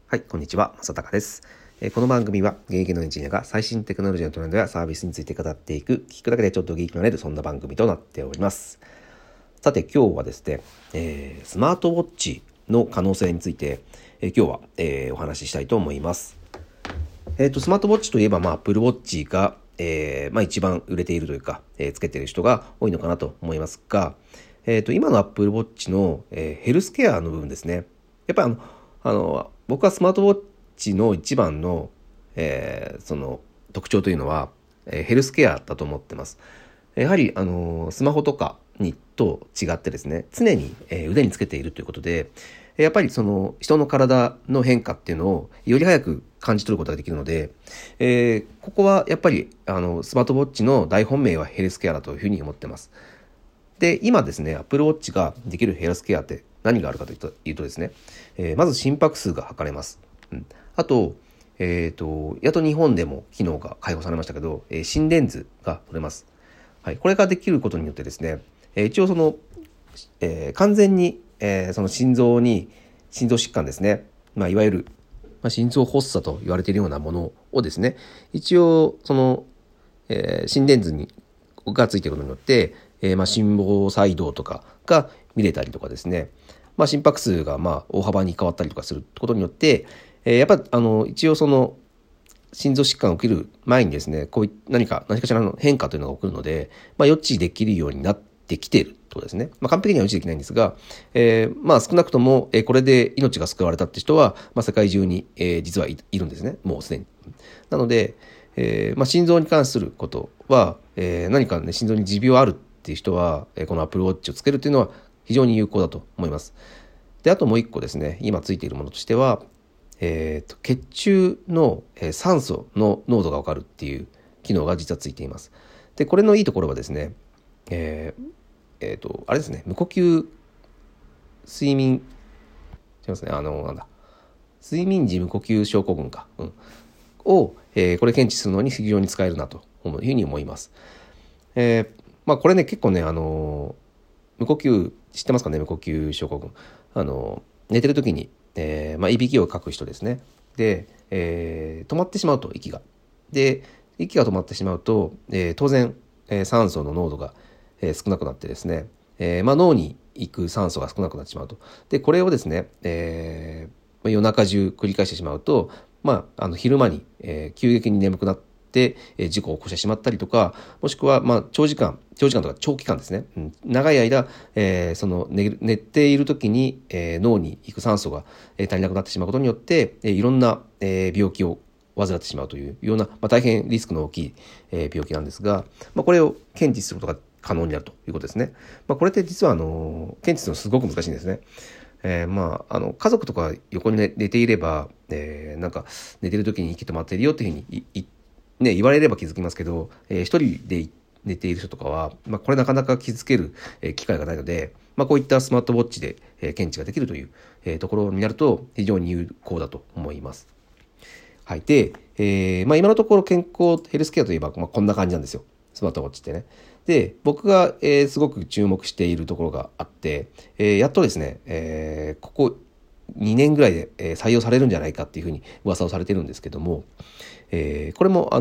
はい、こんにちは、正隆です。この番組は現役のエンジニアが最新テクノロジーのトレンドやサービスについて語っていく、聞くだけでちょっとギークになれる、そんな番組となっております。さて今日はですね、スマートウォッチの可能性について、今日は、お話ししたいと思います。スマートウォッチといえば、Apple Watch が、一番売れているというか、つけている人が多いのかなと思いますが、今の Apple Watch の、ヘルスケアの部分ですね。やっぱり僕はスマートウォッチの一番の、その特徴というのは、ヘルスケアだと思ってます。やはり、スマホとかと違ってですね、常に、腕につけているということで、やっぱりその人の体の変化っていうのをより早く感じ取ることができるので、ここはやっぱりスマートウォッチの大本命はヘルスケアだというふうに思ってます。で、今ですね、Apple Watch ができるヘルスケアって何があるかというとですね、まず心拍数が測れます。あと、やっと日本でも機能が開放されましたけど、心電図が取れます。はい、これができることによってですね、一応その、完全に、その心臓疾患ですね、いわゆる、心臓発作と言われているようなものをですね、一応その、心電図がついていることによって、心房細動とかが見れたりとかですね、心拍数が大幅に変わったりとかすることによって、やっぱ一応その心臓疾患が起きる前にですね、こういう何かしらの変化というのが起こるので、予知できるようになってきているということですね。完璧には予知できないんですが、少なくとも、これで命が救われたって人は、世界中に、実はいるんですね。もうすでに。なので、心臓に関することは、何かね、心臓に持病あるっていう人は、この Apple Watch をつけるというのは非常に有効だと思います。で、あともう一個ですね、今ついているものとしては、血中の酸素の濃度がわかるっていう機能が実はついています。で、これのいいところはですね、あれですね、無呼吸睡眠、違いますね、睡眠時無呼吸症候群か、を、これ検知するのに非常に使えるなというふうに思います。これね、結構ね、無呼吸、知ってますかね、無呼吸症候群。寝てる時に、いびきをかく人ですね。で、止まってしまうと、息が。で、息が止まってしまうと、当然、酸素の濃度が、少なくなってですね、脳に行く酸素が少なくなってしまうと。で、これをですね、夜中中繰り返してしまうと、昼間に、急激に眠くなって、事故を起こしてしまったりとか、もしくは、長時間とか長期間ですね、長い間、その寝ている時に、脳に行く酸素が、足りなくなってしまうことによって、いろんな、病気を患ってしまうというような、大変リスクの大きい、病気なんですが、これを検知することが可能になるということですね。これって実は検知するのすごく難しいんですね。家族とか横に寝ていれば、なんか寝てる時に息止まっているよっていうふうに言われれば気づきますけど、一人で寝ている人とかは、これなかなか気づける、機会がないので、こういったスマートウォッチで、検知ができるという、ところになると非常に有効だと思います。はい。で、今のところ健康ヘルスケアといえば、こんな感じなんですよ。スマートウォッチってね。で、僕が、すごく注目しているところがあって、やっとですね、ここ2年ぐらいで、採用されるんじゃないかっていうふうに噂をされてるんですけども、これも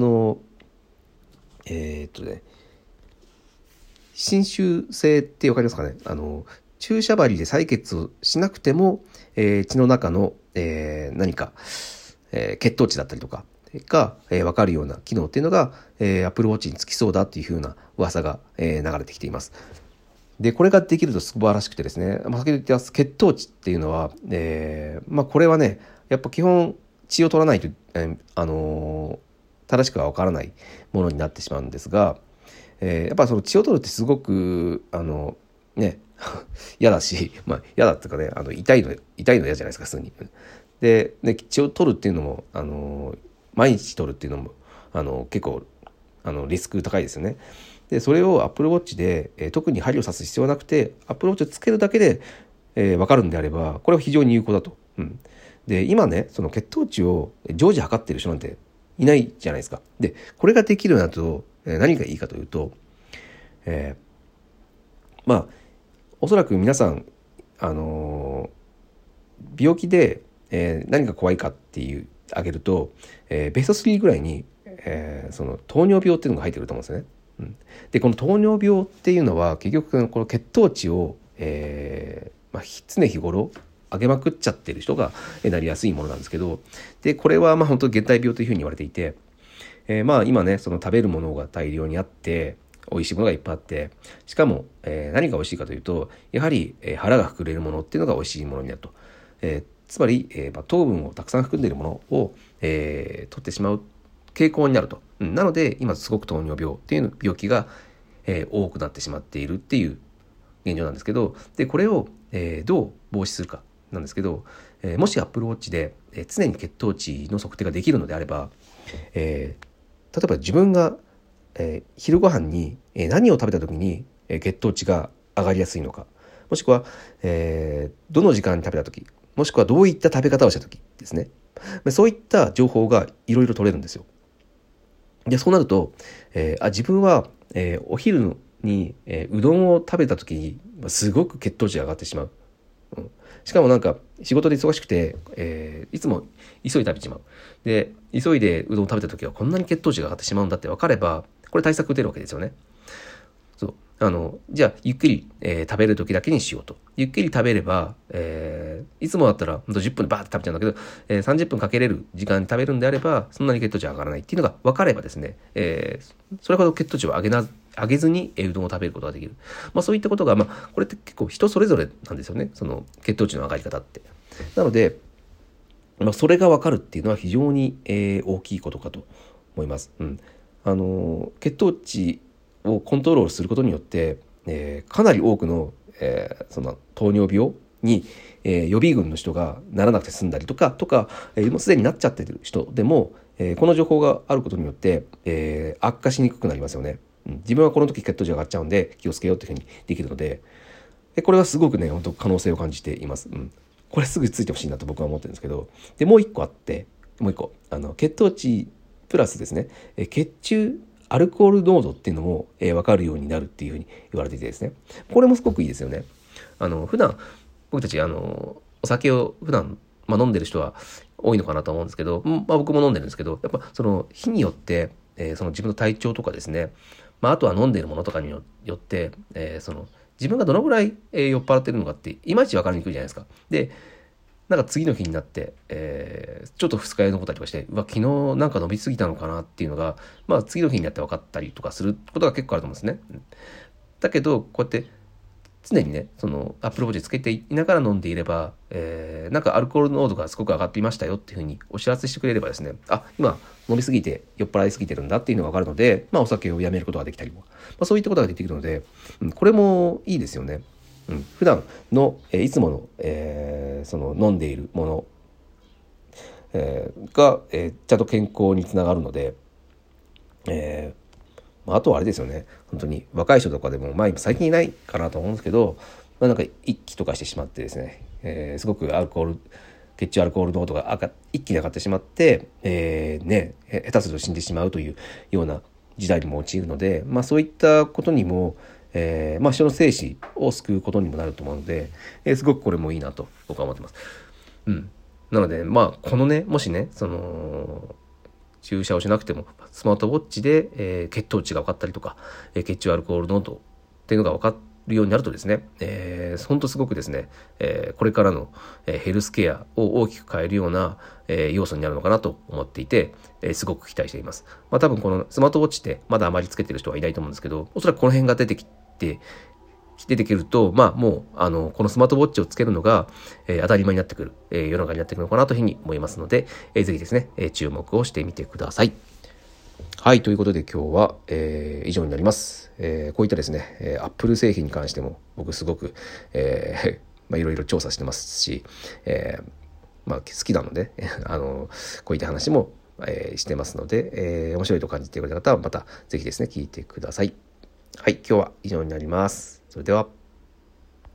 侵襲性ってわかりますかね。注射針で採血をしなくても、血の中の、何か、血糖値だったりとかが、分かるような機能っていうのが、Apple Watch につきそうだっていう風な噂が、流れてきています。で、これができると素晴らしくてですね、先ほど言った血糖値っていうのは、これはね、やっぱ基本血を取らないと、正しくは分からないものになってしまうんですが、やっぱその血を取るってすごく嫌だし、嫌だっていうかね、痛いの嫌じゃないですか、普通に。で血を取るっていうのも毎日取るっていうのも結構リスク高いですよね。でそれを Apple Watch で、特に針を刺す必要はなくて Apple Watch をつけるだけで、分かるんであればこれは非常に有効だと。で今ねその血糖値を常時測ってる人なんていないじゃないですか。でこれができるようになると、何がいいかというと、おそらく皆さん病気で何が怖いかっていう挙げると、ベスト3ぐらいに、その糖尿病っていうのが入ってくると思うんですよね。でこの糖尿病っていうのは結局この血糖値を、常日頃上げまくっちゃってる人がなりやすいものなんですけど、でこれは本当現代病というふうに言われていて、今ねその食べるものが大量にあって美味しいものがいっぱいあって、しかも、何が美味しいかというとやはり、腹が膨れるものっていうのが美味しいものになると、つまり、糖分をたくさん含んでいるものを、取ってしまう傾向になると、なので今すごく糖尿病っていう病気が、多くなってしまっているっていう現状なんですけど、でこれを、どう防止するかなんですけど、もし Apple Watch で、常に血糖値の測定ができるのであれば、例えば自分が、昼ご飯に、何を食べた時に、血糖値が上がりやすいのか、もしくは、どの時間に食べた時、もしくはどういった食べ方をした時ですね、そういった情報がいろいろ取れるんですよ。でそうなると、自分は、お昼に、うどんを食べた時にすごく血糖値が上がってしまう、しかもなんか仕事で忙しくて、いつも急いで食べてしまう。で急いでうどんを食べた時はこんなに血糖値が上がってしまうんだって分かれば、これ対策打てるわけですよね。じゃあゆっくり、食べる時だけにしようと。ゆっくり食べれば、いつもだったら10分でバーって食べちゃうんだけど、30分かけれる時間に食べるんであればそんなに血糖値が上がらないっていうのが分かればですね、それほど血糖値を上げずにうどんを食べることができる。そういったことが、これって結構人それぞれなんですよね、その血糖値の上がり方って。なので、それが分かるっていうのは非常に、大きいことかと思います。血糖値をコントロールすることによって、かなり多くの、その糖尿病に、予備軍の人がならなくて済んだりとか、もうすでになっちゃってる人でも、この情報があることによって、悪化しにくくなりますよね。自分はこの時血糖値上がっちゃうんで気をつけようっていうふうにできるので、これはすごくね本当可能性を感じています。これすぐついてほしいなと僕は思ってるんですけど、でもう一個あって、血糖値プラスですね、血中アルコール濃度っていうのも、分かるようになるっていうふうに言われていてですね、これもすごくいいですよね。普段僕たちお酒を普段、飲んでる人は多いのかなと思うんですけど、僕も飲んでるんですけど、やっぱその日によって、その自分の体調とかですね、あとは飲んでいるものとかによって、その自分がどのぐらい、酔っ払ってるのかっていまいち分かりにくいじゃないですか。でなんか次の日になって、ちょっと二日酔い残ったりとかして、昨日なんか飲みすぎたのかなっていうのが、次の日になって分かったりとかすることが結構あると思うんですね。だけどこうやって常にねそのアップルウォッチつけていながら飲んでいれば、なんかアルコール濃度がすごく上がっていましたよっていうふうにお知らせしてくれればですね、今飲みすぎて酔っ払いすぎてるんだっていうのが分かるので、お酒をやめることができたりも、そういったことができるので、これもいいですよね。普段の、いつもの、その飲んでいるもの、が、ちゃんと健康につながるので、あとはあれですよね、本当に若い人とかでも、最近いないかなと思うんですけど、なんか一気とかしてしまってですね、すごく血中アルコール濃度が一気に上がってしまって、下手すると死んでしまうというような時代にも陥るので、そういったことにも人の生死を救うことにもなると思うので、すごくこれもいいなと僕は思ってます。なのでこのね、もしねその注射をしなくてもスマートウォッチで、血糖値が分かったりとか、血中アルコール濃度っていうのが分かるようになるとですね、本当すごくですね、これからの、ヘルスケアを大きく変えるような、要素になるのかなと思っていて、すごく期待しています。多分このスマートウォッチってまだあまりつけてる人はいないと思うんですけど、おそらくこの辺が出てくると、もうこのスマートウォッチをつけるのが、当たり前になってくる、世の中になってくるのかなというふうに思いますので、ぜひですね、注目をしてみてください。はい、ということで今日は、以上になります。こういったですね、Apple 製品に関しても僕すごく、いろいろ調査してますし、好きなのでこういった話も、してますので、面白いと感じてくれた方はまたぜひですね聞いてください。はい、今日は以上になります。それでは。